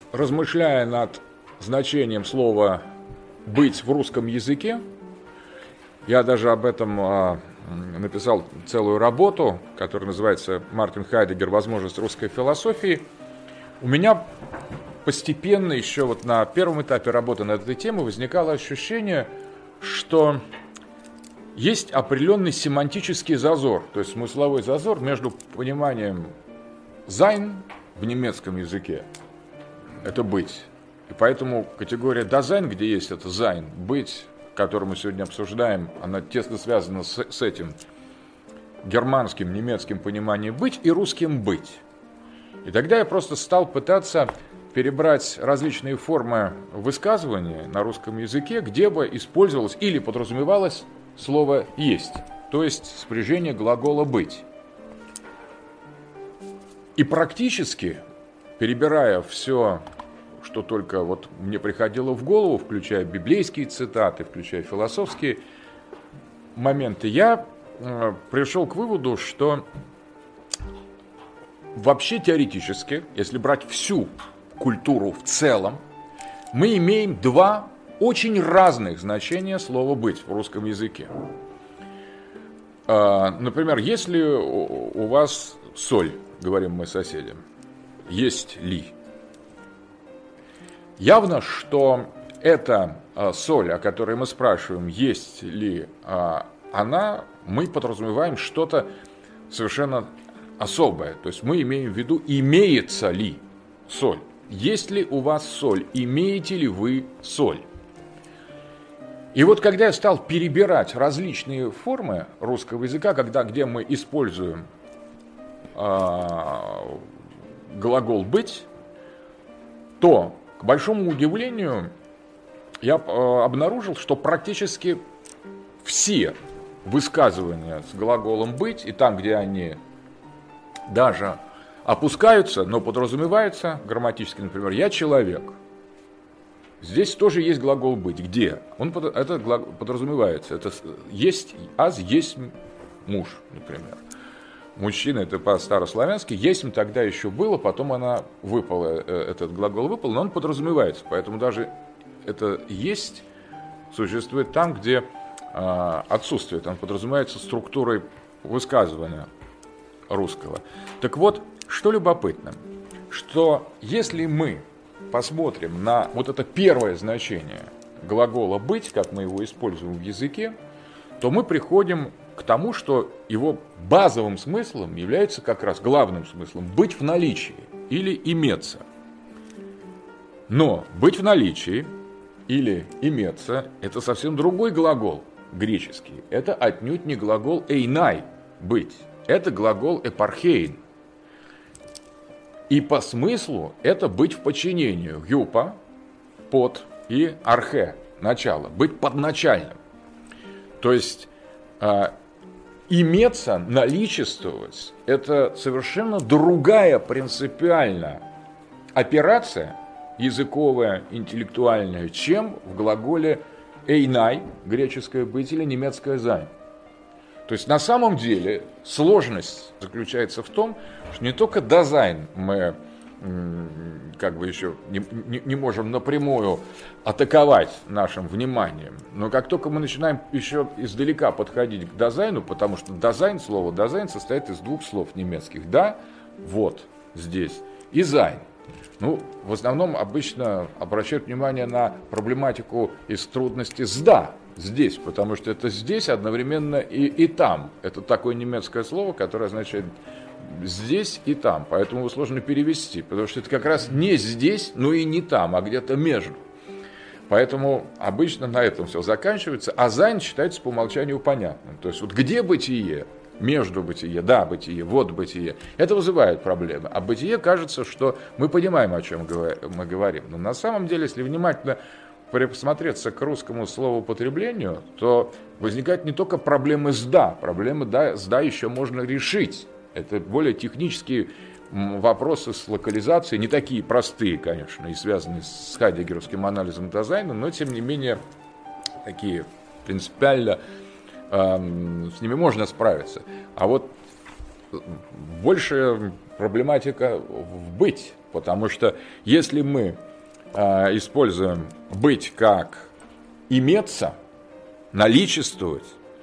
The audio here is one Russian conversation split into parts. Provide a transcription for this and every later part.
размышляя над значением слова «быть» в русском языке, я даже об этом написал целую работу, которая называется «Мартин Хайдеггер. Возможность русской философии». У меня постепенно еще вот на первом этапе работы над этой темой возникало ощущение, что есть определенный семантический зазор, то есть смысловой зазор между пониманием «sein» в немецком языке – это «быть». И поэтому категория «dasein», где есть это «sein», «быть», которую мы сегодня обсуждаем, она тесно связана с этим германским, немецким пониманием «быть» и русским «быть». И тогда я просто стал пытаться перебрать различные формы высказывания на русском языке, где бы использовалось или подразумевалось слово «есть», то есть спряжение глагола «быть». И практически, перебирая все, что только вот мне приходило в голову, включая библейские цитаты, включая философские моменты, я пришел к выводу, что вообще теоретически, если брать всю культуру в целом, мы имеем два очень разных значения слова «быть» в русском языке. Например, если у вас соль, говорим мы соседям, есть ли? Явно, что эта соль, о которой мы спрашиваем, есть ли она, мы подразумеваем что-то совершенно особое. То есть мы имеем в виду, имеется ли соль. Есть ли у вас соль? Имеете ли вы соль? И вот когда я стал перебирать различные формы русского языка, где мы используем глагол «быть», то, к большому удивлению, я обнаружил, что практически все высказывания с глаголом «быть», и там, где они даже опускаются, но подразумеваются грамматически, например, «я человек». Здесь тоже есть глагол «быть». Где? Это подразумевается. Это есть «аз», есть муж, например. Мужчина, это по-старославянски, «есмь» тогда еще было, потом она выпала, этот глагол выпал, но он подразумевается. Поэтому даже это «есть» существует там, где отсутствует. Он подразумевается структурой высказывания русского. Так вот, что любопытно, что если мы посмотрим на вот это первое значение глагола «быть», как мы его используем в языке, то мы приходим к тому, что его базовым смыслом является как раз главным смыслом «быть в наличии» или «иметься». Но «быть в наличии» или «иметься» – это совсем другой глагол греческий. Это отнюдь не глагол «эйнай» – «быть». Это глагол «эпархейн». И по смыслу это быть в подчинении. Юпа, под и архе, начало. Быть подначальным. То есть иметься, наличествовать, это совершенно другая принципиально операция языковая, интеллектуальная, чем в глаголе «эйнай», греческое «быть» или немецкое «sein». То есть на самом деле сложность заключается в том, что не только dasein мы как бы еще не можем напрямую атаковать нашим вниманием, но как только мы начинаем еще издалека подходить к dasein, потому что dasein, слово dasein состоит из двух слов немецких «да», «вот», «здесь» и «sein». Ну, в основном обычно обращают внимание на проблематику из трудности с «да», здесь, потому что это здесь одновременно и там. Это такое немецкое слово, которое означает здесь и там. Поэтому его сложно перевести, потому что это как раз не здесь, но и не там, а где-то между. Поэтому обычно на этом все заканчивается, а «sein» считается по умолчанию понятным. То есть вот где бытие, между бытие, да бытие, вот бытие, это вызывает проблемы. А бытие кажется, что мы понимаем, о чем мы говорим. Но на самом деле, если внимательно присмотреться к русскому словоупотреблению, то возникают не только проблемы с «да», проблемы с «да» еще можно решить. Это более технические вопросы с локализацией, не такие простые, конечно, и связанные с хайдеггеровским анализом dasein, но тем не менее такие принципиально с ними можно справиться. А вот большая проблематика в «быть». Потому что если мы используем быть как иметься, наличествовать,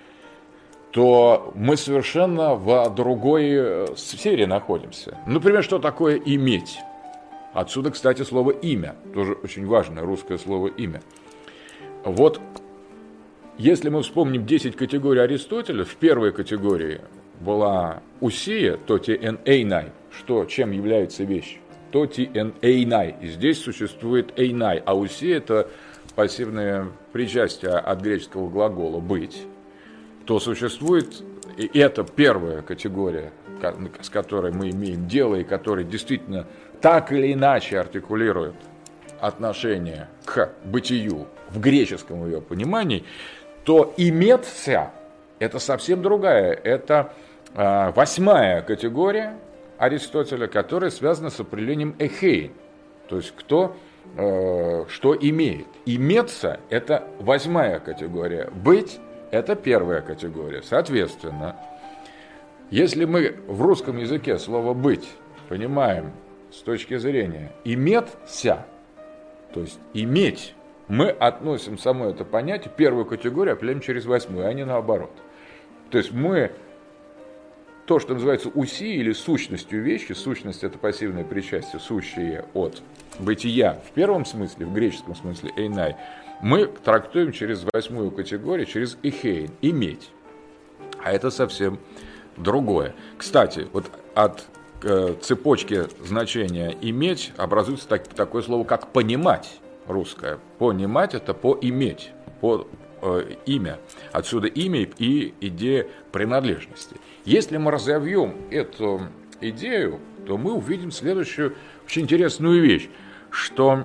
то мы совершенно в другой сфере находимся. Например, что такое иметь? Отсюда, кстати, слово «имя». Тоже очень важное русское слово «имя». Вот если мы вспомним 10 категорий Аристотеля, в первой категории была усия, тоти эн эйнай, что, чем является вещь. Тоти эн эйнай. И здесь существует эйнай, а усия – это пассивное причастие от греческого глагола «быть». То существует, и это первая категория, с которой мы имеем дело, и которая действительно так или иначе артикулирует отношение к бытию в греческом ее понимании, то иметься – это совсем другая, это восьмая категория Аристотеля, которая связана с определением эхейн, то есть кто что имеет. Иметься – это восьмая категория, быть – это первая категория. Соответственно, если мы в русском языке слово «быть» понимаем с точки зрения «иметься», то есть «иметь», мы относим само это понятие, первую категорию определяем через восьмую, а не наоборот. То есть мы то, что называется уси или сущностью вещи, сущность – это пассивное причастие, сущее от бытия в первом смысле, в греческом смысле «эйнай», мы трактуем через восьмую категорию, через эхейн, иметь. А это совсем другое. Кстати, вот от цепочки значения иметь образуется такое слово, как понимать, русское. Понимать – это поиметь, по имя. Отсюда имя и идея принадлежности. Если мы разовьем эту идею, то мы увидим следующую очень интересную вещь, что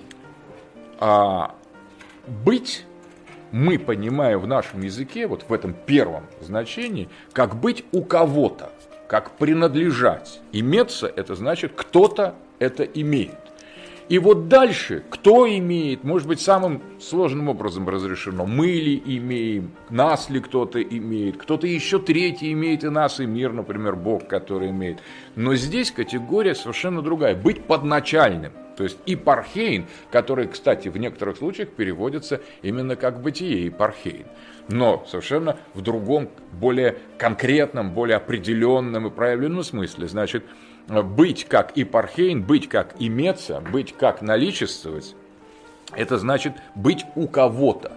быть мы понимаем в нашем языке, вот в этом первом значении, как быть у кого-то, как принадлежать. Иметься – это значит, кто-то это имеет. И вот дальше, кто имеет, может быть, самым сложным образом разрешено. Мы ли имеем, нас ли кто-то имеет, кто-то еще третий имеет и нас, и мир, например, Бог, который имеет. Но здесь категория совершенно другая. Быть подначальным. То есть ипархейн, который, кстати, в некоторых случаях переводится именно как бытие, ипархейн. Но совершенно в другом, более конкретном, более определенном и проявленном смысле. Значит, быть как ипархейн, быть как иметься, быть как наличествовать, это значит быть у кого-то.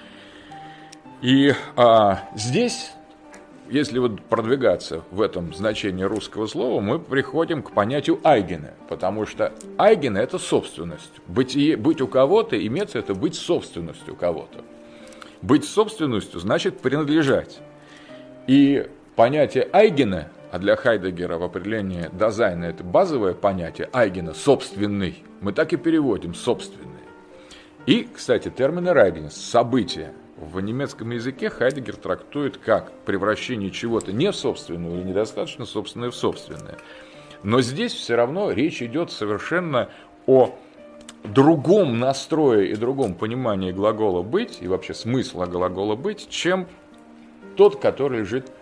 И здесь, если вот продвигаться в этом значении русского слова, мы приходим к понятию айгена, потому что айгена – это собственность. Быть у кого-то, иметься – это быть собственностью кого-то. Быть собственностью значит принадлежать. И понятие айгена, а для Хайдеггера в определении Дазайна это базовое понятие айгена, собственный, мы так и переводим собственный. И, кстати, термин «эрайгенес» – событие. В немецком языке Хайдеггер трактует как превращение чего-то не в собственное или недостаточно собственное в собственное. Но здесь все равно речь идет совершенно о другом настрое и другом понимании глагола «быть» и вообще смысла глагола «быть», чем тот, который лежит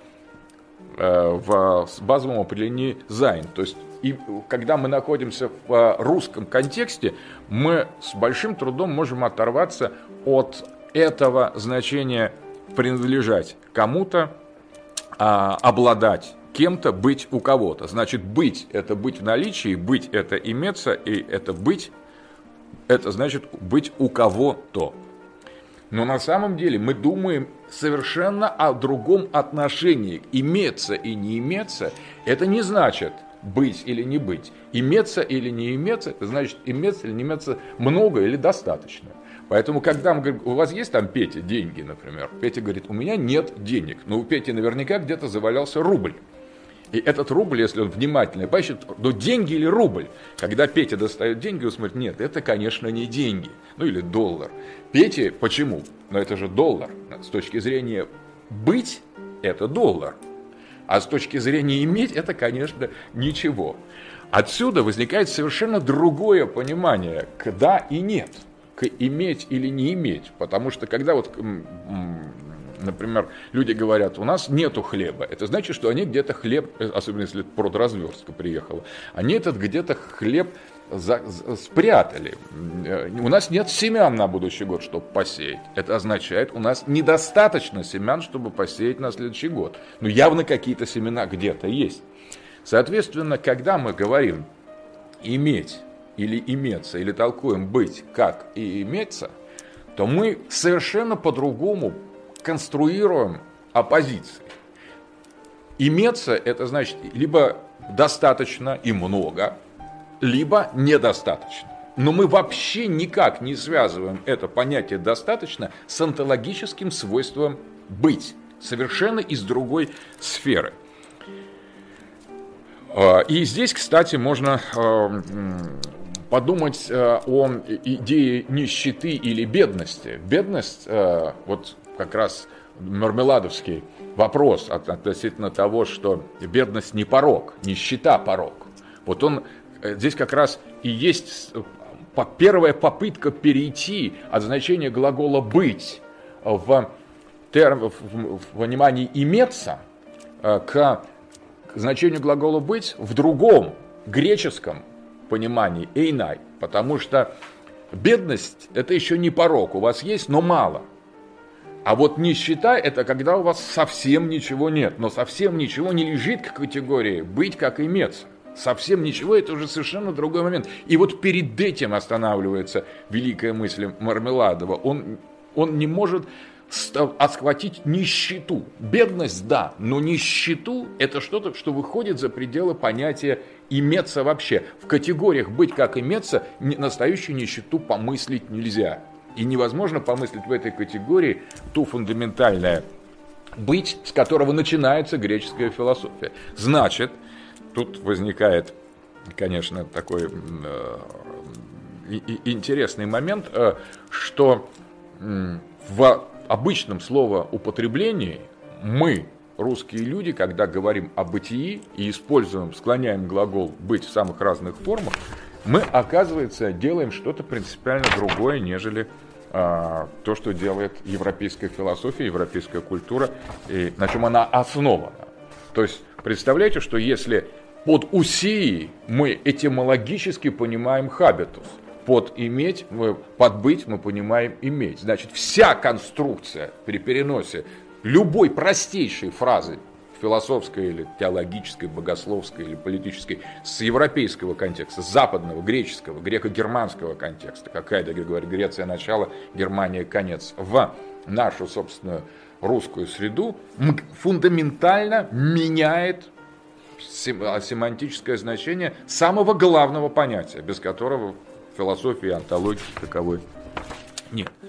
в базовом определении «sein». То есть, когда мы находимся в русском контексте, мы с большим трудом можем оторваться от этого значения принадлежать кому-то, обладать кем-то, быть у кого-то. Значит, быть – это быть в наличии, быть – это иметься, и это быть – это значит быть у кого-то. Но на самом деле мы думаем совершенно о другом отношении. Иметься и не иметься – это не значит быть или не быть. Иметься или не иметься – это значит иметься или не иметься много или достаточно. Поэтому, когда мы говорим, у вас есть там, Петя, деньги, например, Петя говорит, у меня нет денег, но у Пети наверняка где-то завалялся рубль. И этот рубль, если он внимательно поищет, ну деньги или рубль? Когда Петя достает деньги, он смотрит, нет, это, конечно, не деньги, ну или доллар. Пете, почему? Но это же доллар. С точки зрения быть, это доллар. А с точки зрения иметь, это, конечно, ничего. Отсюда возникает совершенно другое понимание к «да» и «нет», к «иметь» или «не иметь». Потому что когда вот, например, люди говорят, у нас нету хлеба, это значит, что они где-то хлеб, особенно если продразверстка приехала, они этот где-то хлеб спрятали. У нас нет семян на будущий год, чтобы посеять. Это означает, у нас недостаточно семян, чтобы посеять на следующий год. Но явно какие-то семена где-то есть. Соответственно, когда мы говорим «иметь» или «иметься», или толкуем «быть» как и «иметься», то мы совершенно по-другому конструируем оппозиции. «Иметься» – это значит либо достаточно и много, либо недостаточно. Но мы вообще никак не связываем это понятие «достаточно» с онтологическим свойством «быть», совершенно из другой сферы. И здесь, кстати, можно подумать о идее нищеты или бедности. Бедность, вот как раз мармеладовский вопрос относительно того, что бедность не порок, нищета порок. Вот он здесь как раз и есть первая попытка перейти от значения глагола «быть» в понимании «иметься» к значению глагола «быть» в другом греческом понимании «эйнай», потому что бедность – это еще не порок, у вас есть, но мало. А вот нищета – это когда у вас совсем ничего нет, но совсем ничего не лежит к категории «быть как иметься». Совсем ничего, это уже совершенно другой момент. И вот перед этим останавливается великая мысль Мармеладова. Он не может отхватить нищету. Бедность, да, но нищету – это что-то, что выходит за пределы понятия «иметься» вообще. В категориях «быть как иметься» настоящую нищету помыслить нельзя. И невозможно помыслить в этой категории ту фундаментальное «быть», с которого начинается греческая философия. Значит, тут возникает, конечно, такой интересный момент, что в обычном словоупотреблении мы, русские люди, когда говорим о бытии и используем, склоняем глагол «быть» в самых разных формах, мы, оказывается, делаем что-то принципиально другое, нежели то, что делает европейская философия, европейская культура, и на чем она основана. То есть, представляете, что если под «усии» мы этимологически понимаем «хабитус», под «иметь», под «быть» мы понимаем «иметь». Значит, вся конструкция при переносе любой простейшей фразы философской или теологической, богословской или политической с европейского контекста, с западного, греческого, греко-германского контекста, как Хайдеггер говорит, Греция начало, Германия конец, в нашу собственную русскую среду, фундаментально меняет семантическое значение самого главного понятия, без которого философии и онтологии таковой нет.